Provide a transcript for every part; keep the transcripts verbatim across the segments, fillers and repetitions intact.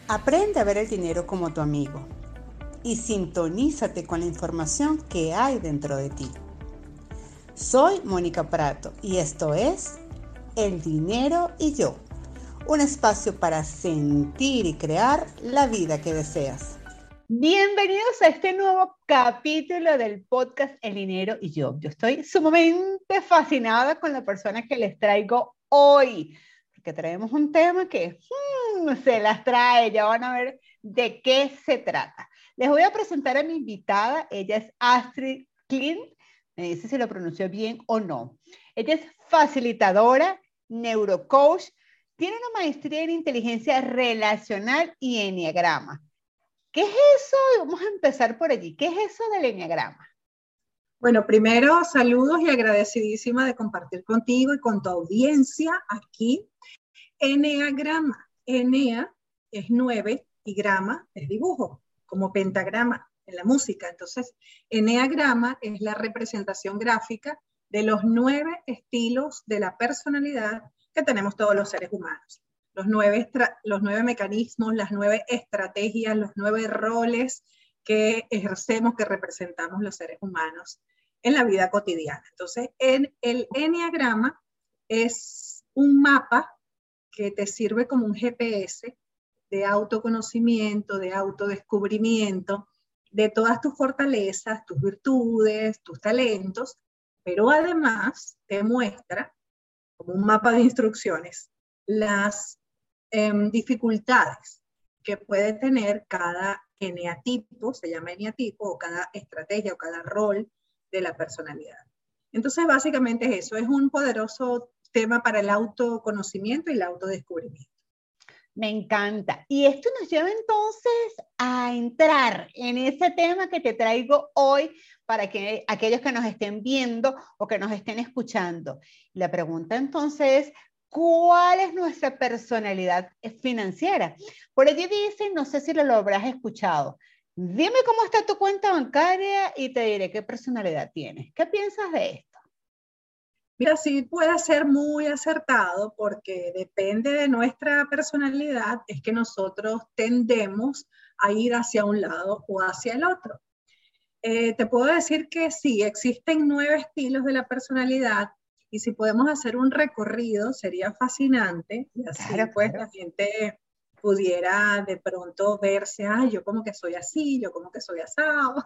Aprende a ver el dinero como tu amigo y sintonízate con la información que hay dentro de ti. Soy Mónica Prato y esto es El Dinero y Yo, un espacio para sentir y crear la vida que deseas. Bienvenidos a este nuevo capítulo del podcast El Dinero y Yo. Yo estoy sumamente fascinada con la persona que les traigo hoy, porque traemos un tema que hmm, se las trae, ya van a ver de qué se trata. Les voy a presentar a mi invitada, ella es Astrid Klint, me dice si lo pronuncio bien o no. Ella es facilitadora, neurocoach, tiene una maestría en inteligencia relacional y enneagrama. ¿Qué es eso? Vamos a empezar por allí. ¿Qué es eso del enneagrama? Bueno, primero, saludos y agradecidísima de compartir contigo y con tu audiencia aquí. Enneagrama. Ennea es nueve y grama es dibujo, como pentagrama en la música. Entonces, enneagrama es la representación gráfica de los nueve estilos de la personalidad que tenemos todos los seres humanos. Los nueve, los nueve mecanismos, las nueve estrategias, los nueve roles que ejercemos, que representamos los seres humanos en la vida cotidiana. Entonces, en el enneagrama es un mapa que te sirve como un G P S de autoconocimiento, de autodescubrimiento, de todas tus fortalezas, tus virtudes, tus talentos, pero además te muestra, como un mapa de instrucciones, las eh, dificultades que puede tener cada eneatipo, se llama eneatipo, o cada estrategia o cada rol de la personalidad. Entonces, básicamente es eso, es un poderoso tema para el autoconocimiento y el autodescubrimiento. Me encanta. Y esto nos lleva entonces a entrar en ese tema que te traigo hoy para que aquellos que nos estén viendo o que nos estén escuchando. La pregunta entonces es, ¿cuál es nuestra personalidad financiera? Por allí dicen, no sé si lo, lo habrás escuchado, dime cómo está tu cuenta bancaria y te diré qué personalidad tienes. ¿Qué piensas de esto? Mira, sí puede ser muy acertado porque depende de nuestra personalidad, es que nosotros tendemos a ir hacia un lado o hacia el otro. Eh, te puedo decir que sí, existen nueve estilos de la personalidad y si podemos hacer un recorrido sería fascinante y así Claro, pues claro. la gente pudiera de pronto verse, ah, yo como que soy así, yo como que soy asado,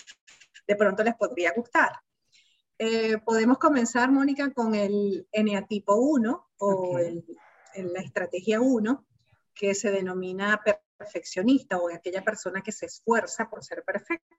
de pronto les podría gustar. Eh, podemos comenzar, Mónica, con el eneatipo uno o okay. el, el, la estrategia uno, que se denomina perfeccionista o aquella persona que se esfuerza por ser perfecta.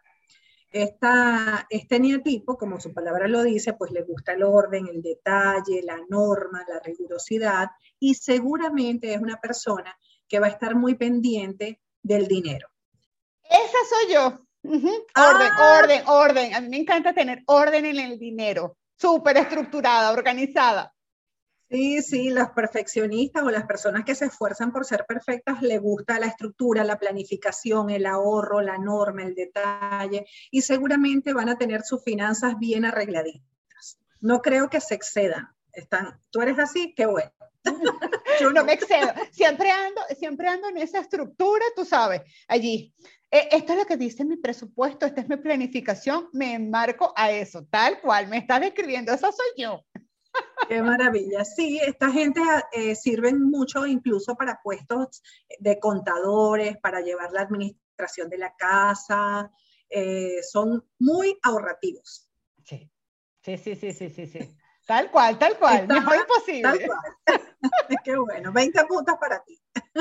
Esta, este eneatipo, como su palabra lo dice, pues le gusta el orden, el detalle, la norma, la rigurosidad y seguramente es una persona que va a estar muy pendiente del dinero. Esa soy yo. Uh-huh. Orden, ah. orden, orden. A mí me encanta tener orden en el dinero. Súper estructurada, organizada. Sí, sí, los perfeccionistas o las personas que se esfuerzan por ser perfectas les gusta la estructura, la planificación, el ahorro, la norma, el detalle y seguramente van a tener sus finanzas bien arregladitas. No creo que se excedan. Están, ¿tú eres así? Qué bueno. Yo no me excedo. Siempre ando, siempre ando en esa estructura, tú sabes, allí. Eh, esto es lo que dice mi presupuesto, esta es mi planificación, me enmarco a eso, tal cual me estás describiendo, esa soy yo. Qué maravilla. Sí, esta gente eh, sirven mucho incluso para puestos de contadores, para llevar la administración de la casa, eh, son muy ahorrativos. Sí, sí, sí, sí, sí, sí. sí. Tal cual, tal cual, Está, mejor imposible. Tal cual. Qué bueno, veinte puntos para ti.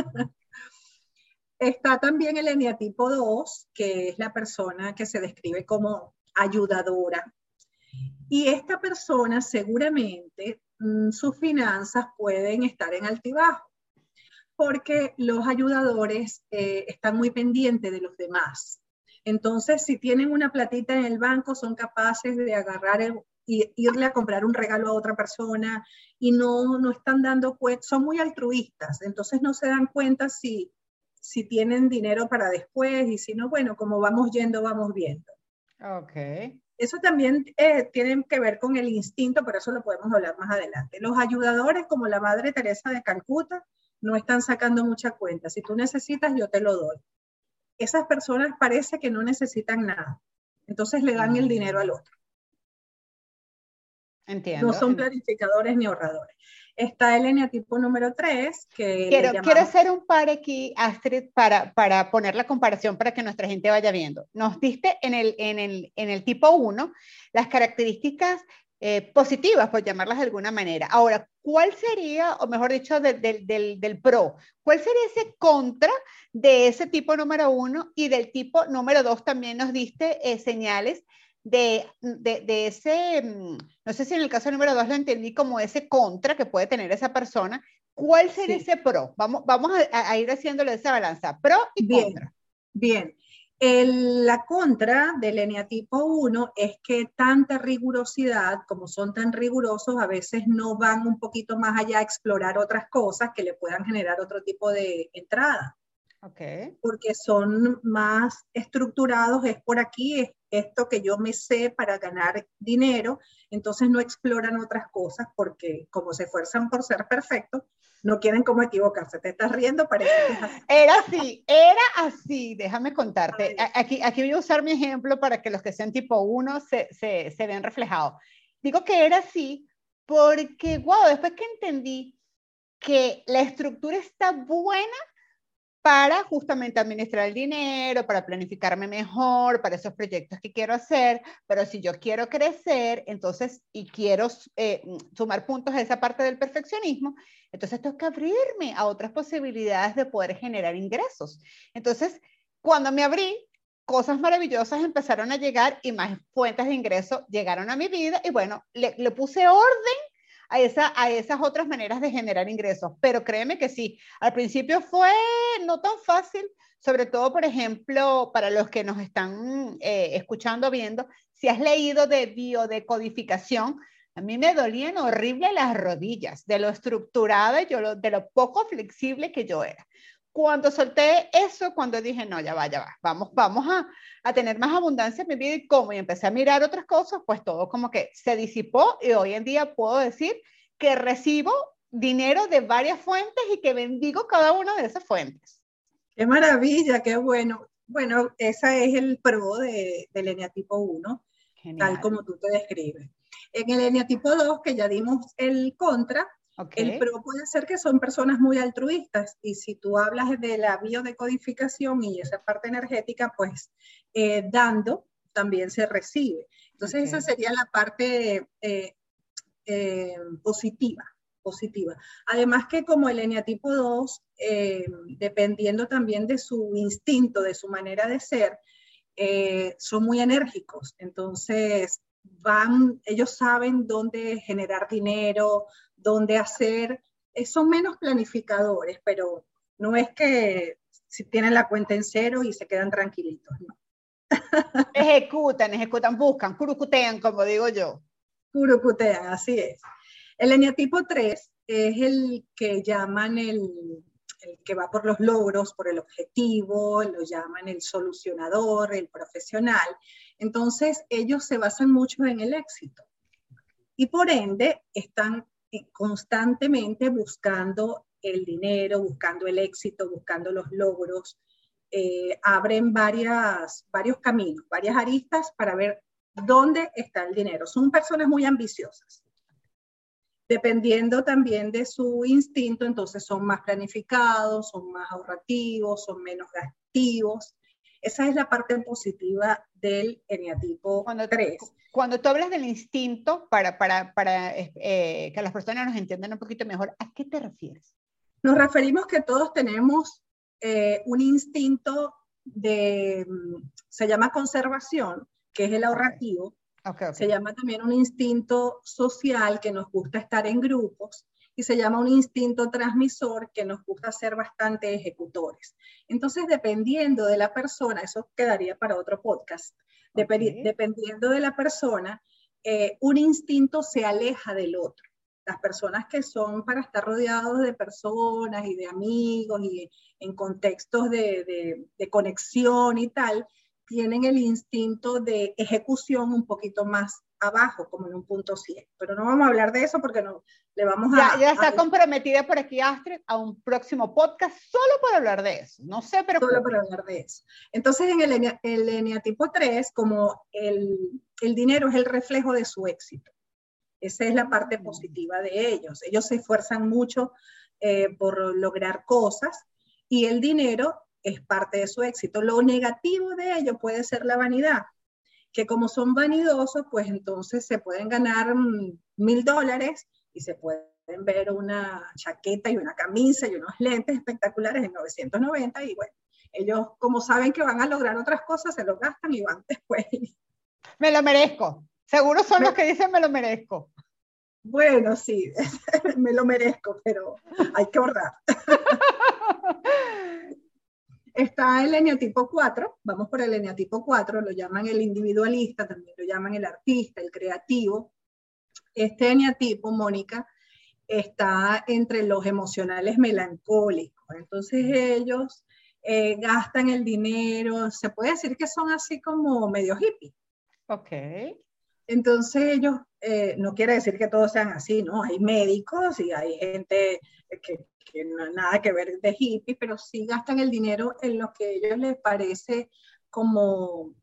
Está también el eneatipo dos, que es la persona que se describe como ayudadora. Y esta persona seguramente mmm, sus finanzas pueden estar en altibajo, porque los ayudadores eh, están muy pendientes de los demás. Entonces, si tienen una platita en el banco, son capaces de agarrar el, y irle a comprar un regalo a otra persona y no, no están dando cuenta, son muy altruistas, entonces no se dan cuenta si, si tienen dinero para después y si no, bueno, como vamos yendo, vamos viendo. Ok. Eso también eh, tiene que ver con el instinto, pero eso lo podemos hablar más adelante. Los ayudadores, como la Madre Teresa de Calcuta, no están sacando mucha cuenta. Si tú necesitas, yo te lo doy. Esas personas parece que no necesitan nada. Entonces le dan el dinero al otro. Entiendo. No son planificadores ni ahorradores. Está el eneatipo número tres, que quiero, le llamamos... quiero hacer un par aquí, Astrid, para, para poner la comparación para que nuestra gente vaya viendo. Nos diste en el, en el, en el tipo uno las características eh, positivas, por llamarlas de alguna manera. Ahora, ¿cuál sería, o mejor dicho, de, de, del, del pro? ¿Cuál sería ese contra de ese tipo número uno? Y del tipo número dos también nos diste eh, señales De, de, de ese, no sé si en el caso número dos lo entendí como ese contra que puede tener esa persona. ¿Cuál sería sí. ese pro? Vamos, vamos a, a ir haciéndole esa balanza, pro y bien, contra. Bien, El, la contra del eneatipo uno es que tanta rigurosidad, como son tan rigurosos, a veces no van un poquito más allá a explorar otras cosas que le puedan generar otro tipo de entrada. Okay. Porque son más estructurados, es por aquí, es esto que yo me sé para ganar dinero, entonces no exploran otras cosas porque como se esfuerzan por ser perfectos, no quieren como equivocarse. Te estás riendo, parece que es así. Era así, era así, déjame contarte. Ay. Aquí, aquí voy a usar mi ejemplo para que los que sean tipo uno se, se, se vean reflejados. Digo que era así porque, wow, después que entendí que la estructura está buena para justamente administrar el dinero, para planificarme mejor, para esos proyectos que quiero hacer, pero si yo quiero crecer, entonces, y quiero eh, sumar puntos a esa parte del perfeccionismo, entonces tengo que abrirme a otras posibilidades de poder generar ingresos. Entonces, cuando me abrí, cosas maravillosas empezaron a llegar y más fuentes de ingreso llegaron a mi vida y bueno, le, le puse orden A, esa, a esas otras maneras de generar ingresos, pero créeme que sí, al principio fue no tan fácil, sobre todo, por ejemplo, para los que nos están eh, escuchando, viendo, si has leído de biodecodificación, a mí me dolían horrible las rodillas, de lo estructurada, yo lo, de lo poco flexible que yo era. Cuando solté eso, cuando dije, no, ya va, ya va, vamos, vamos a, a tener más abundancia en mi vida y cómo, y empecé a mirar otras cosas, pues todo como que se disipó y hoy en día puedo decir que recibo dinero de varias fuentes y que bendigo cada una de esas fuentes. ¡Qué maravilla, qué bueno! Bueno, ese es el pro de, del eneatipo uno, Genial. Tal como tú te describes. En el eneatipo dos, que ya dimos el contra, Okay. El pro puede ser que son personas muy altruistas y si tú hablas de la biodecodificación y esa parte energética, pues eh, dando también se recibe. Entonces okay. Esa sería la parte eh, eh, positiva, positiva. Además que como el eneatipo dos, eh, dependiendo también de su instinto, de su manera de ser, eh, son muy enérgicos. Entonces van, ellos saben dónde generar dinero, dónde hacer, son menos planificadores, pero no es que si tienen la cuenta en cero y se quedan tranquilitos, no. Ejecutan, ejecutan, buscan, curucutean, como digo yo. Curucutean, así es. El eneatipo tres es el que llaman el, el que va por los logros, por el objetivo, lo llaman el solucionador, el profesional. Entonces, ellos se basan mucho en el éxito. Y por ende, están constantemente buscando el dinero, buscando el éxito, buscando los logros, eh, abren varias, varios caminos, varias aristas para ver dónde está el dinero. Son personas muy ambiciosas. Dependiendo también de su instinto, entonces son más planificados, son más ahorrativos, son menos gastivos. Esa es la parte positiva del eneatipo cuando, tres. Cuando tú hablas del instinto, para, para, para eh, que las personas nos entiendan un poquito mejor, ¿a qué te refieres? Nos referimos que todos tenemos eh, un instinto de, se llama conservación, que es el ahorrativo. Okay. Okay, okay. Se llama también un instinto social, que nos gusta estar en grupos. Y se llama un instinto transmisor, que nos gusta ser bastante ejecutores. Entonces, dependiendo de la persona, eso quedaría para otro podcast, okay. Dependiendo de la persona, eh, un instinto se aleja del otro. Las personas que son para estar rodeados de personas y de amigos y en contextos de, de, de conexión y tal, tienen el instinto de ejecución un poquito más abajo, como en un punto cien. Pero no vamos a hablar de eso porque no le vamos ya, a... Ya está a, comprometida por aquí Astrid a un próximo podcast solo para hablar de eso. No se preocupe. Solo para hablar de eso. Entonces, en el, el eneatipo tres, como el, el dinero es el reflejo de su éxito. Esa es la parte positiva de ellos. Ellos se esfuerzan mucho eh, por lograr cosas y el dinero es parte de su éxito. Lo negativo de ello puede ser la vanidad, que como son vanidosos, pues entonces se pueden ganar mm, mil dólares y se pueden ver una chaqueta y una camisa y unos lentes espectaculares en novecientos noventa y bueno, ellos como saben que van a lograr otras cosas, se lo gastan y van después. Me lo merezco. Seguro son los que dicen me lo merezco. Bueno, sí, me lo merezco, pero hay que ahorrar. Está el eneatipo cuatro, vamos por el eneatipo cuatro, lo llaman el individualista, también lo llaman el artista, el creativo. Este eneatipo, Mónica, está entre los emocionales melancólicos. Entonces ellos eh, gastan el dinero, se puede decir que son así como medio hippie. Ok. Entonces ellos, eh, no quiere decir que todos sean así, ¿no? Hay médicos y hay gente que, que no nada que ver de hippie, pero sí gastan el dinero en lo que a ellos les parece como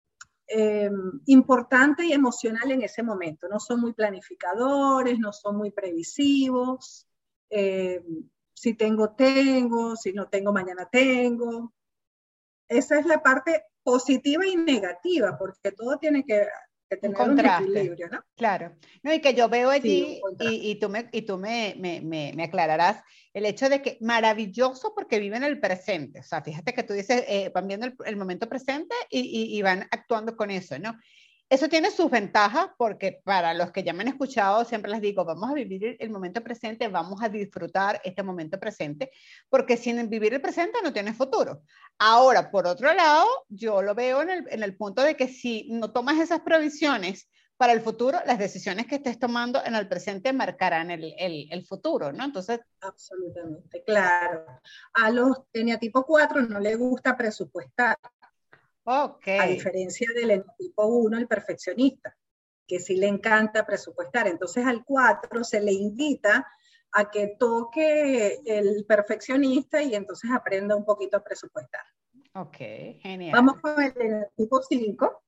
eh, importante y emocional en ese momento. No son muy planificadores, no son muy previsivos. Eh, si tengo, tengo, si no tengo, mañana tengo. Esa es la parte positiva y negativa, porque todo tiene que... tener un, un equilibrio, ¿no? Claro. No, y que yo veo allí, sí, y, y tú, me, y tú me, me, me, me aclararás, el hecho de que maravilloso porque viven el presente. O sea, fíjate que tú dices, eh, van viendo el, el momento presente y, y, y van actuando con eso, ¿no? Eso tiene sus ventajas porque para los que ya me han escuchado siempre les digo, vamos a vivir el momento presente, vamos a disfrutar este momento presente, porque sin vivir el presente no tienes futuro. Ahora, por otro lado, yo lo veo en el, en el punto de que si no tomas esas previsiones para el futuro, las decisiones que estés tomando en el presente marcarán el, el, el futuro, ¿no? Entonces... Absolutamente, claro. A los eneatipo cuatro no les gusta presupuestar. Okay. A diferencia del eneatipo uno, el perfeccionista, que sí le encanta presupuestar. Entonces al cuatro se le invita a que toque el perfeccionista y entonces aprenda un poquito a presupuestar. Ok, genial. Vamos con el eneatipo cinco.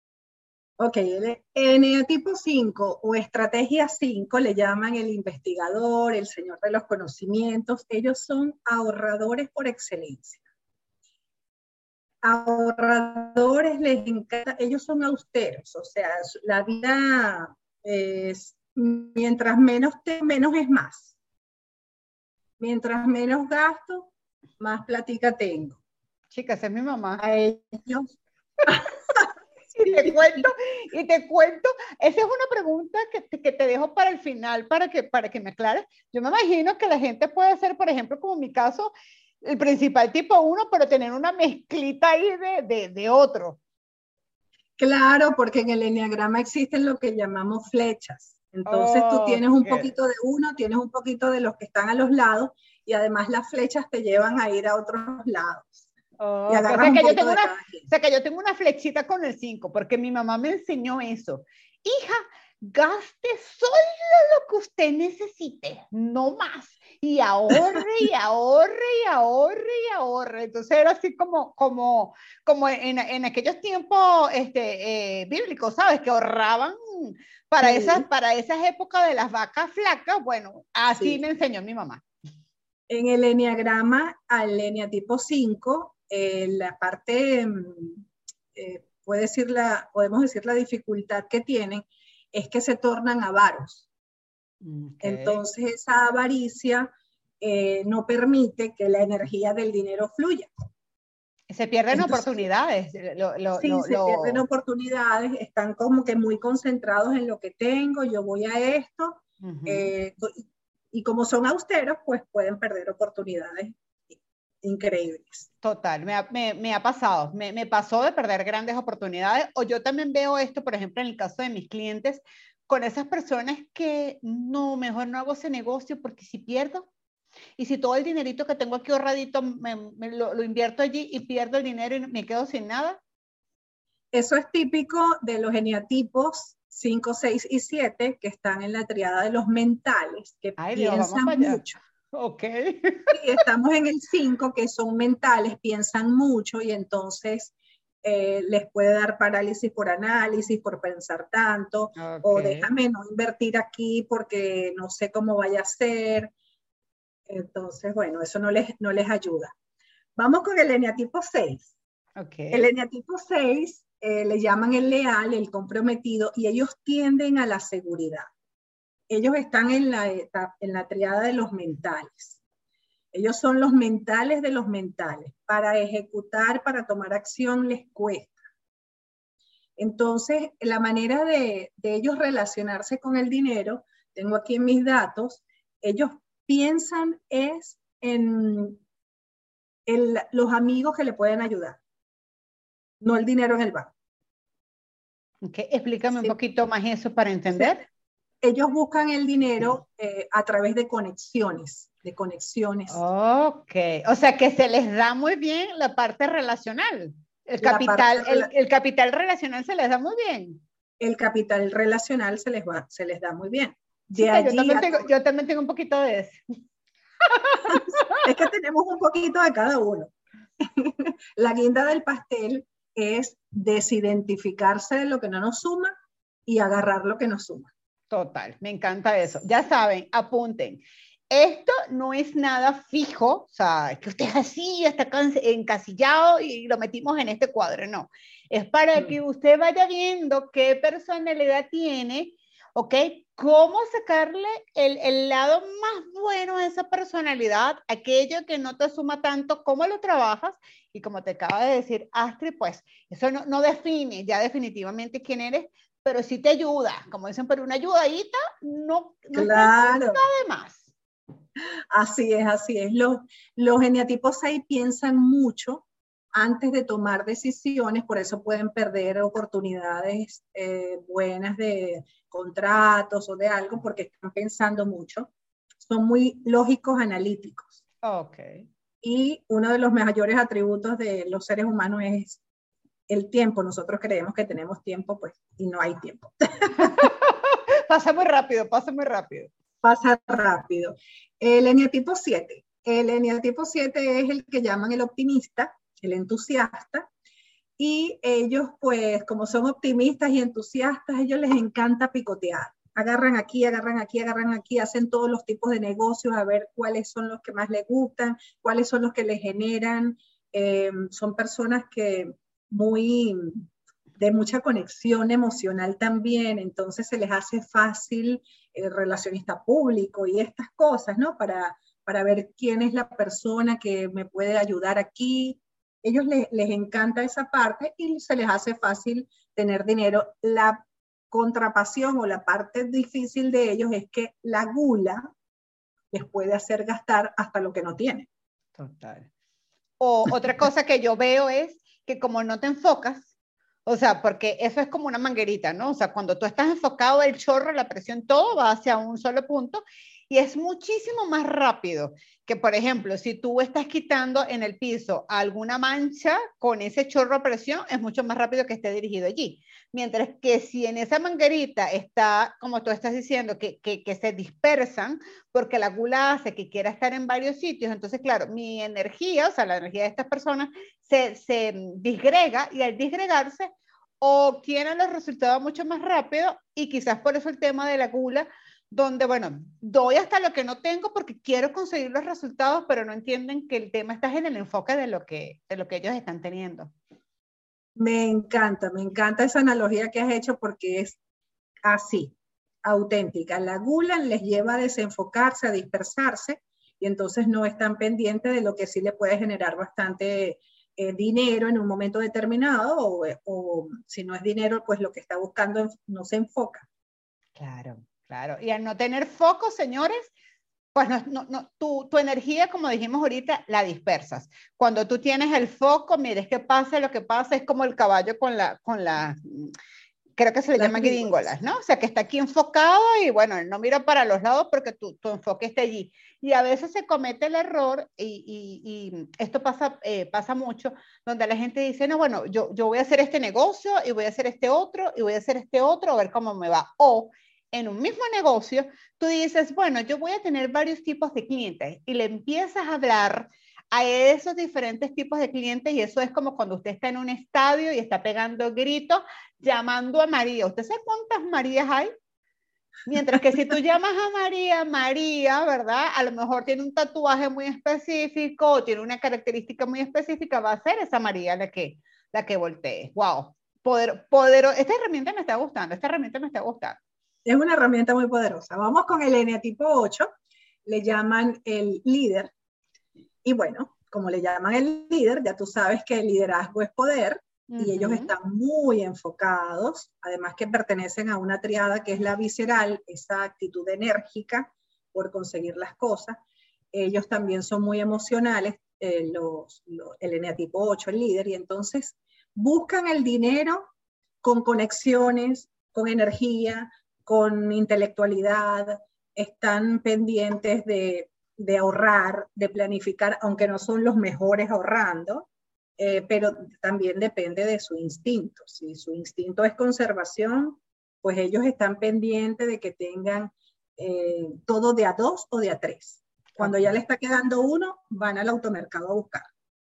Ok, el eneatipo cinco o estrategia cinco le llaman el investigador, el señor de los conocimientos. Ellos son ahorradores por excelencia. Ahorradores les encanta, ellos son austeros, o sea, la vida es, mientras menos, te, menos es más. Mientras menos gasto, más platica tengo. Chicas, es mi mamá. A ellos. Y te cuento, y te cuento, esa es una pregunta que te, que te dejo para el final, para que, para que me aclares. Yo me imagino que la gente puede ser, por ejemplo, como en mi caso, el principal tipo uno, pero tener una mezclita ahí de, de, de otro. Claro, porque en el eneagrama existen lo que llamamos flechas. Entonces oh, tú tienes un okay. poquito de uno, tienes un poquito de los que están a los lados, y además las flechas te llevan a ir a otros lados. Oh, y o, sea que yo tengo una, o sea que yo tengo una flechita con el cinco, porque mi mamá me enseñó eso. Hija, gaste solo lo que usted necesite, no más. Y ahorre, y ahorre, y ahorre, y ahorre. Entonces era así como, como, como en, en aquellos tiempos este, eh, bíblicos, ¿sabes? Que ahorraban para, sí. esas, para esas épocas de las vacas flacas. Bueno, así sí. me enseñó mi mamá. En el eneagrama, al eneatipo cinco, eh, la parte, eh, puede decir la, podemos decir la dificultad que tienen, es que se tornan avaros. Okay. Entonces esa avaricia eh, no permite que la energía del dinero fluya. Se pierden Entonces, oportunidades. Lo, lo, sí, lo, se lo... pierden oportunidades, están como que muy concentrados en lo que tengo, yo voy a esto, uh-huh. eh, y como son austeros, pues pueden perder oportunidades increíbles. Total, me ha, me, me ha pasado, me, me pasó de perder grandes oportunidades, o yo también veo esto, por ejemplo, en el caso de mis clientes, con esas personas que no, mejor no hago ese negocio porque si pierdo, y si todo el dinerito que tengo aquí ahorradito me, me lo, lo invierto allí y pierdo el dinero y me quedo sin nada. Eso es típico de los eneatipos cinco, seis y siete, que están en la triada de los mentales, que Ay, Dios, piensan vamos para allá. mucho. Ok. Y estamos en el cinco, que son mentales, piensan mucho y entonces eh, les puede dar parálisis por análisis, por pensar tanto, Ok. o déjame no invertir aquí porque no sé cómo vaya a ser. Entonces, bueno, eso no les, no les ayuda. Vamos con el eneatipo seis. Okay. El eneatipo seis eh, le llaman el leal, el comprometido, y ellos tienden a la seguridad. Ellos están en la, en la triada de los mentales. Ellos son los mentales de los mentales. Para ejecutar, para tomar acción, les cuesta. Entonces, la manera de, de ellos relacionarse con el dinero, tengo aquí en mis datos, ellos piensan es en, en los amigos que le pueden ayudar, no el dinero en el banco. Okay. Explícame Sí. un poquito más eso para entender. Sí. Ellos buscan el dinero eh, a través de conexiones, de conexiones. Ok, o sea que se les da muy bien la parte relacional. El La capital, parte, el, el capital relacional se les da muy bien. El capital relacional se les, va, se les da muy bien. De Chica, allí yo, también a tengo, yo también tengo un poquito de eso. Es que tenemos un poquito de cada uno. La guinda del pastel es desidentificarse de lo que no nos suma y agarrar lo que nos suma. Total, me encanta eso. Ya saben, apunten. Esto no es nada fijo, o sea, que usted es así, está encasillado y lo metimos en este cuadro, no. Es para que usted vaya viendo qué personalidad tiene, ¿ok? Cómo sacarle el, el lado más bueno a esa personalidad, aquello que no te suma tanto, cómo lo trabajas, y como te acaba de decir Astrid, pues eso no, no define ya definitivamente quién eres, pero sí te ayuda, como dicen, pero una ayudadita no, no claro. está de más. Así es, así es. Los, los eneatipos seis piensan mucho antes de tomar decisiones, por eso pueden perder oportunidades eh, buenas de contratos o de algo, porque están pensando mucho. Son muy lógicos, analíticos. Ok. Y uno de los mayores atributos de los seres humanos es el tiempo. Nosotros creemos que tenemos tiempo, pues, y no hay tiempo. Pasa muy rápido, pasa muy rápido. Pasa rápido. El eneatipo siete. El eneatipo siete es el que llaman el optimista, el entusiasta, y ellos, pues, como son optimistas y entusiastas, a ellos les encanta picotear. Agarran aquí, agarran aquí, agarran aquí, hacen todos los tipos de negocios a ver cuáles son los que más les gustan, cuáles son los que les generan. Eh, son personas que muy, de mucha conexión emocional también, entonces se les hace fácil el relacionista público y estas cosas, ¿no? Para, para ver quién es la persona que me puede ayudar aquí. Ellos les, les encanta esa parte y se les hace fácil tener dinero. La contrapasión o la parte difícil de ellos es que la gula les puede hacer gastar hasta lo que no tienen. Total. O otra cosa que yo veo es que como no te enfocas, o sea, porque eso es como una manguerita, ¿no? O sea, cuando tú estás enfocado, el chorro, la presión, todo va hacia un solo punto y es muchísimo más rápido que, por ejemplo, si tú estás quitando en el piso alguna mancha con ese chorro a presión, es mucho más rápido que esté dirigido allí. Mientras que si en esa manguerita está, como tú estás diciendo, que, que, que se dispersan, porque la gula hace que quiera estar en varios sitios, entonces, claro, mi energía, o sea, la energía de estas personas, se, se disgrega y al disgregarse, obtienen los resultados mucho más rápido y quizás por eso el tema de la gula, donde, bueno, doy hasta lo que no tengo porque quiero conseguir los resultados, pero no entienden que el tema está en el enfoque de lo que, de lo que ellos están teniendo. Me encanta, me encanta esa analogía que has hecho porque es así, auténtica. La gula les lleva a desenfocarse, a dispersarse y entonces no están pendientes de lo que sí le puede generar bastante eh, dinero en un momento determinado o, o si no es dinero, pues lo que está buscando no se enfoca. Claro. Claro, y al no tener foco, señores, pues no, no, no, tu, tu energía, como dijimos ahorita, la dispersas. Cuando tú tienes el foco, mires que pase lo que pasa, es como el caballo con la, con la, creo que se le Las llama gringolas. gringolas, ¿no? O sea, que está aquí enfocado y bueno, no mira para los lados porque tu, tu enfoque está allí. Y a veces se comete el error, y, y, y esto pasa, eh, pasa mucho, donde la gente dice, no, bueno, yo, yo voy a hacer este negocio y voy a hacer este otro y voy a hacer este otro a ver cómo me va. O en un mismo negocio, tú dices, bueno, yo voy a tener varios tipos de clientes y le empiezas a hablar a esos diferentes tipos de clientes y eso es como cuando usted está en un estadio y está pegando gritos llamando a María. ¿Usted sabe cuántas Marías hay? Mientras que si tú llamas a María, María, ¿verdad? A lo mejor tiene un tatuaje muy específico o tiene una característica muy específica, va a ser esa María la que, la que voltee. ¡Wow! Poder, poder, esta herramienta me está gustando, esta herramienta me está gustando. Es una herramienta muy poderosa. Vamos con el eneatipo ocho, le llaman el líder. Y bueno, como le llaman el líder, ya tú sabes que el liderazgo es poder. Uh-huh. Y ellos están muy enfocados, además que pertenecen a una triada que es la visceral, esa actitud enérgica por conseguir las cosas. Ellos también son muy emocionales, eh, los, los, el eneatipo ocho, el líder, y entonces buscan el dinero con conexiones, con energía, con intelectualidad, están pendientes de, de ahorrar, de planificar, aunque no son los mejores ahorrando, eh, pero también depende de su instinto. Si su instinto es conservación, pues ellos están pendientes de que tengan eh, todo de a dos o de a tres. Cuando ya le está quedando uno, van al automercado a buscar.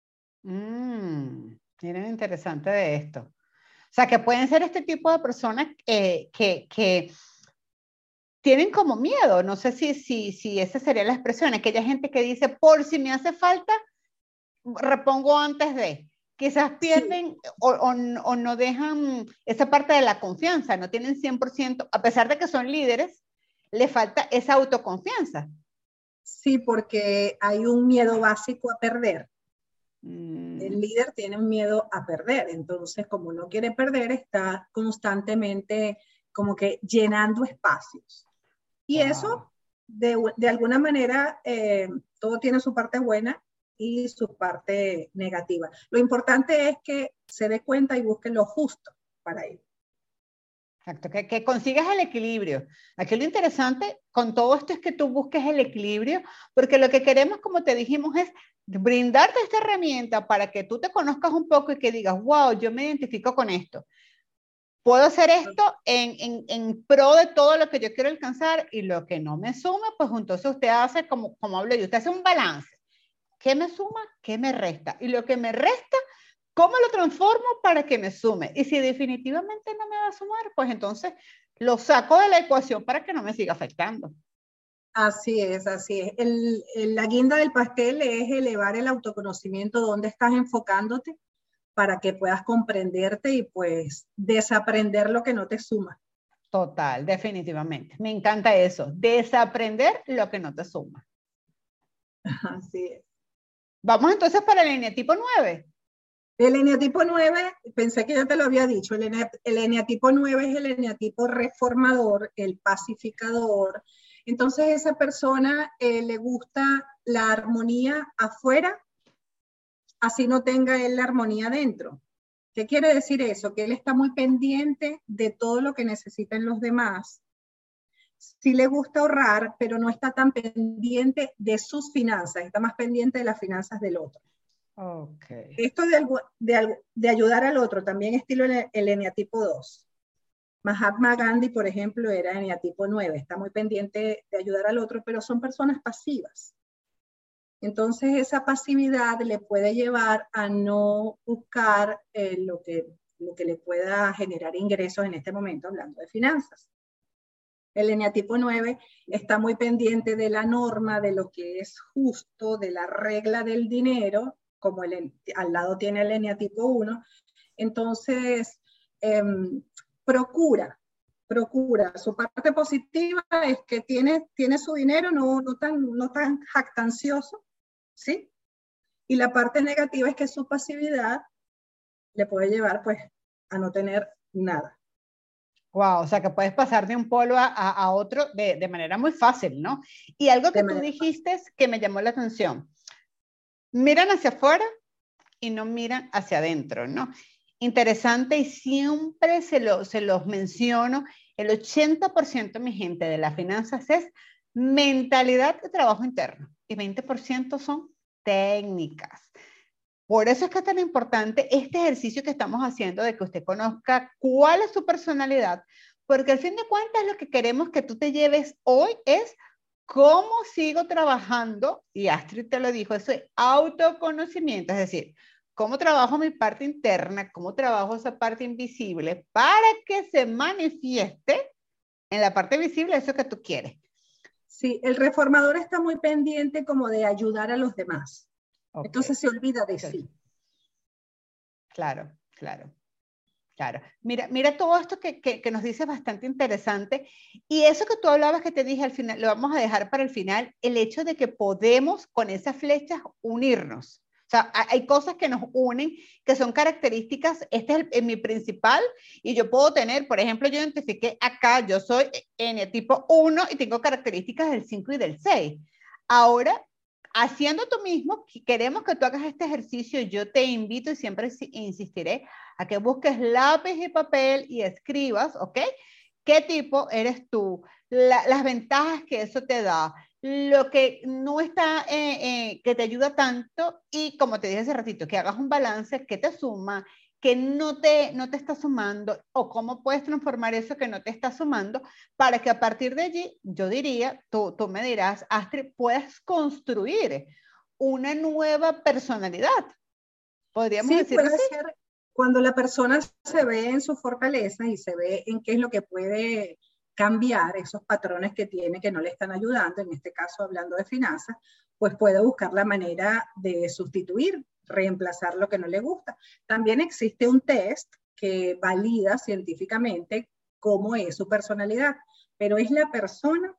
Mm, miren, interesante de esto. O sea, que pueden ser este tipo de personas eh, que, que tienen como miedo, no sé si, si, si esa sería la expresión, aquella gente que dice, por si me hace falta, repongo antes de, quizás pierden sí. o, o, o no dejan esa parte de la confianza, no tienen cien por ciento, a pesar de que son líderes, le falta esa autoconfianza. Sí, porque hay un miedo básico a perder. Mm. El líder tiene un miedo a perder, entonces como no quiere perder, está constantemente como que llenando espacios. Y wow. Eso, de, de alguna manera, eh, todo tiene su parte buena y su parte negativa. Lo importante es que se dé cuenta y busque lo justo para él. Exacto, que, que consigas el equilibrio. Aquí lo interesante con todo esto es que tú busques el equilibrio, porque lo que queremos, como te dijimos, es brindarte esta herramienta para que tú te conozcas un poco y que digas, wow, yo me identifico con esto. Puedo hacer esto en, en, en pro de todo lo que yo quiero alcanzar y lo que no me suma, pues entonces usted hace, como, como hablo yo, usted hace un balance. ¿Qué me suma? ¿Qué me resta? Y lo que me resta, ¿cómo lo transformo para que me sume? Y si definitivamente no me va a sumar, pues entonces lo saco de la ecuación para que no me siga afectando. Así es, así es. El, el, la guinda del pastel es elevar el autoconocimiento, dónde estás enfocándote, para que puedas comprenderte y pues desaprender lo que no te suma. Total, definitivamente. Me encanta eso, desaprender lo que no te suma. Así es. Vamos entonces para el eneatipo nueve. El eneatipo nueve, pensé que ya te lo había dicho, el, ene, el eneatipo nueve es el eneatipo reformador, el pacificador. Entonces esa persona eh, le gusta la armonía afuera, así no tenga él la armonía dentro. ¿Qué quiere decir eso? Que él está muy pendiente de todo lo que necesitan los demás. Sí le gusta ahorrar, pero no está tan pendiente de sus finanzas, está más pendiente de las finanzas del otro. Okay. Esto de, de, de ayudar al otro, también estilo el, el eneatipo dos. Mahatma Gandhi, por ejemplo, era eneatipo nueve, está muy pendiente de ayudar al otro, pero son personas pasivas. Entonces esa pasividad le puede llevar a no buscar eh, lo, que, lo que le pueda generar ingresos en este momento, hablando de finanzas. El eneatipo nueve está muy pendiente de la norma, de lo que es justo, de la regla del dinero, como el, al lado tiene el eneatipo uno. Entonces, eh, procura, procura. Su parte positiva es que tiene, tiene su dinero no, no, tan, no tan jactancioso, ¿sí? Y la parte negativa es que su pasividad le puede llevar, pues, a no tener nada. Wow, o sea que puedes pasar de un polo a, a, a otro de, de manera muy fácil, ¿no? Y algo que de tú dijiste fácil. Que me llamó la atención. Miran hacia afuera y no miran hacia adentro, ¿no? interesante y siempre se, lo, se los menciono, el ochenta por ciento, mi gente, de las finanzas es mentalidad de trabajo interno y veinte por ciento son técnicas. Por eso es que es tan importante este ejercicio que estamos haciendo de que usted conozca cuál es su personalidad, porque al fin de cuentas lo que queremos que tú te lleves hoy es cómo sigo trabajando, y Astrid te lo dijo, eso es autoconocimiento, es decir, cómo trabajo mi parte interna, cómo trabajo esa parte invisible para que se manifieste en la parte visible eso que tú quieres. Sí, el reformador está muy pendiente como de ayudar a los demás. Okay. Entonces se olvida de okay. sí. Claro, claro, claro. Mira, mira todo esto que, que, que nos dice bastante interesante. Y eso que tú hablabas que te dije al final, lo vamos a dejar para el final, el hecho de que podemos con esas flechas unirnos. O sea, hay cosas que nos unen, que son características, este es el, el, mi principal, y yo puedo tener, por ejemplo, yo identifiqué acá, yo soy N tipo uno y tengo características del cinco y del seis. Ahora, haciendo tú mismo, queremos que tú hagas este ejercicio, yo te invito y siempre insistiré a que busques lápiz y papel y escribas, ¿ok? ¿Qué tipo eres tú? La, las ventajas que eso te da, lo que no está, eh, eh, que te ayuda tanto y como te dije hace ratito, que hagas un balance, que te suma, que no te, no te está sumando o cómo puedes transformar eso que no te está sumando para que a partir de allí, yo diría, tú, tú me dirás, Astrid, puedes construir una nueva personalidad. ¿Podríamos sí, decir puede así? ser cuando la persona se ve en su fortaleza y se ve en qué es lo que puede cambiar esos patrones que tiene que no le están ayudando, en este caso hablando de finanzas, pues puede buscar la manera de sustituir, reemplazar lo que no le gusta. También existe un test que valida científicamente cómo es su personalidad, pero es la persona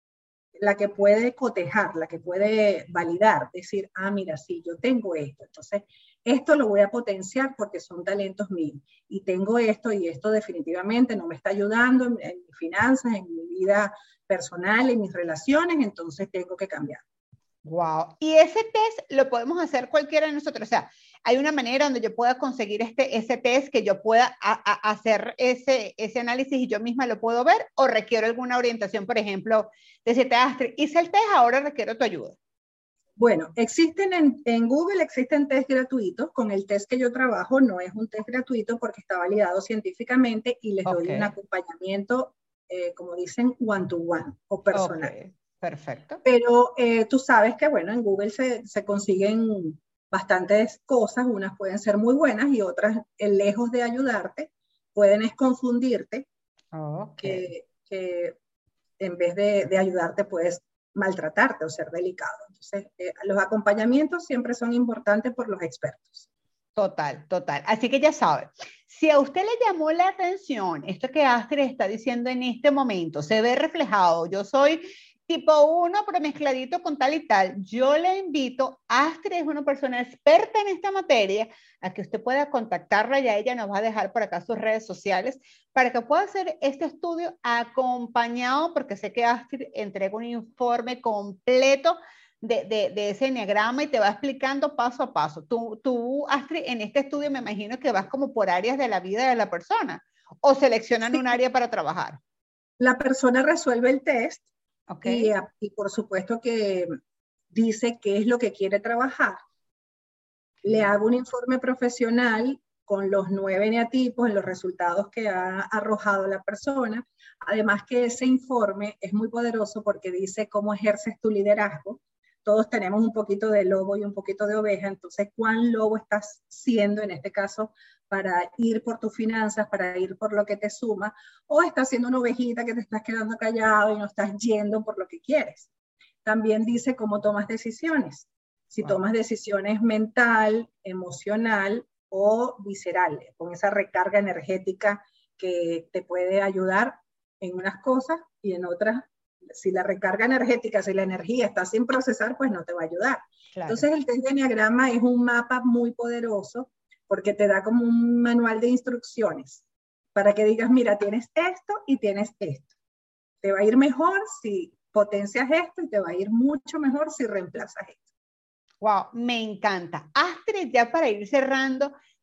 la que puede cotejar, la que puede validar, decir, ah, mira, sí, yo tengo esto, entonces esto lo voy a potenciar porque son talentos míos, y tengo esto y esto definitivamente no me está ayudando en, en mis finanzas, en mi vida personal, en mis relaciones, entonces tengo que cambiar. Wow. Y ese test lo podemos hacer cualquiera de nosotros. O sea, hay una manera donde yo pueda conseguir este, ese test, que yo pueda a, a hacer ese, ese análisis y yo misma lo puedo ver, o requiero alguna orientación, por ejemplo, decirte, Astrid, hice el test, ahora requiero tu ayuda. Bueno, existen en, en Google existen test gratuitos. Con el test que yo trabajo no es un test gratuito porque está validado científicamente y les okay. doy un acompañamiento, eh, como dicen, one to one o personal. Okay. Perfecto. Pero eh, tú sabes que, bueno, en Google se, se consiguen bastantes cosas, unas pueden ser muy buenas y otras, eh, lejos de ayudarte, pueden es confundirte, okay. que, que en vez de, de ayudarte puedes maltratarte o ser delicado. Entonces, eh, los acompañamientos siempre son importantes por los expertos. Total, total. Así que ya sabe, si a usted le llamó la atención esto que Astrid está diciendo en este momento, se ve reflejado, yo soy tipo uno, pero mezcladito con tal y tal, yo le invito, Astrid es una persona experta en esta materia, a que usted pueda contactarla, ya ella nos va a dejar por acá sus redes sociales, para que pueda hacer este estudio acompañado, porque sé que Astrid entrega un informe completo de, de, de ese enneagrama y te va explicando paso a paso. Tú, tú, Astrid, en este estudio me imagino que vas como por áreas de la vida de la persona, o seleccionan sí. un área para trabajar. La persona resuelve el test. Okay. Y, y por supuesto que dice qué es lo que quiere trabajar. Le hago un informe profesional con los nueve eneatipos, en los resultados que ha arrojado la persona. Además que ese informe es muy poderoso porque dice cómo ejerces tu liderazgo. Todos tenemos un poquito de lobo y un poquito de oveja, entonces ¿cuán lobo estás siendo en este caso para ir por tus finanzas, para ir por lo que te suma? ¿O estás siendo una ovejita que te estás quedando callado y no estás yendo por lo que quieres? También dice cómo tomas decisiones. Si wow. tomas decisiones mental, emocional o visceral, con esa recarga energética que te puede ayudar en unas cosas y en otras. Si la recarga energética, si la energía está sin procesar, pues no te va a ayudar. Claro. Entonces el test de enneagrama es un mapa muy poderoso porque te da como un manual de instrucciones para que digas, mira, tienes esto y tienes esto. Te va a ir mejor si potencias esto y te va a ir mucho mejor si reemplazas esto. Wow, me encanta. Astrid, ya para ir cerrando,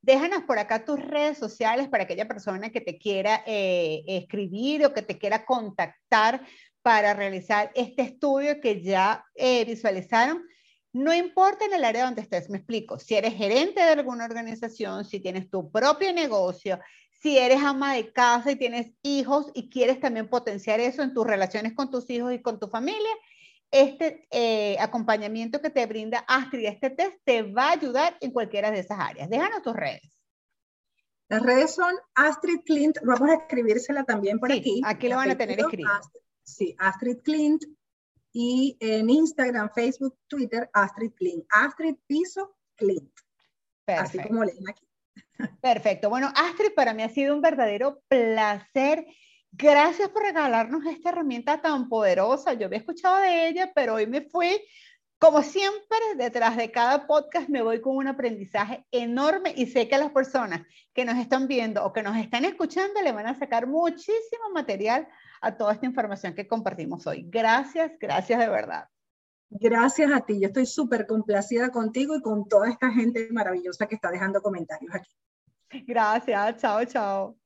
Déjanos por acá tus redes sociales para aquella persona que te quiera eh, escribir o que te quiera contactar para realizar este estudio que ya eh, visualizaron. No importa en el área donde estés, me explico. Si eres gerente de alguna organización, si tienes tu propio negocio, si eres ama de casa y tienes hijos y quieres también potenciar eso en tus relaciones con tus hijos y con tu familia, este eh, acompañamiento que te brinda Astrid, este test, te va a ayudar en cualquiera de esas áreas. Déjanos tus redes. Las redes son Astrid Klint, vamos a escribírsela también por sí, aquí. Aquí lo van a tener escrito. Astrid, sí, Astrid Klint. Y en Instagram, Facebook, Twitter, Astrid Klint. Astrid Piso Klint. Así como leen aquí. Perfecto. Bueno, Astrid, para mí ha sido un verdadero placer. Gracias por regalarnos esta herramienta tan poderosa. Yo había escuchado de ella, pero hoy me fui, como siempre, detrás de cada podcast me voy con un aprendizaje enorme y sé que a las personas que nos están viendo o que nos están escuchando le van a sacar muchísimo material a toda esta información que compartimos hoy. Gracias, gracias de verdad. Gracias a ti. Yo estoy súper complacida contigo y con toda esta gente maravillosa que está dejando comentarios aquí. Gracias. Chao, chao.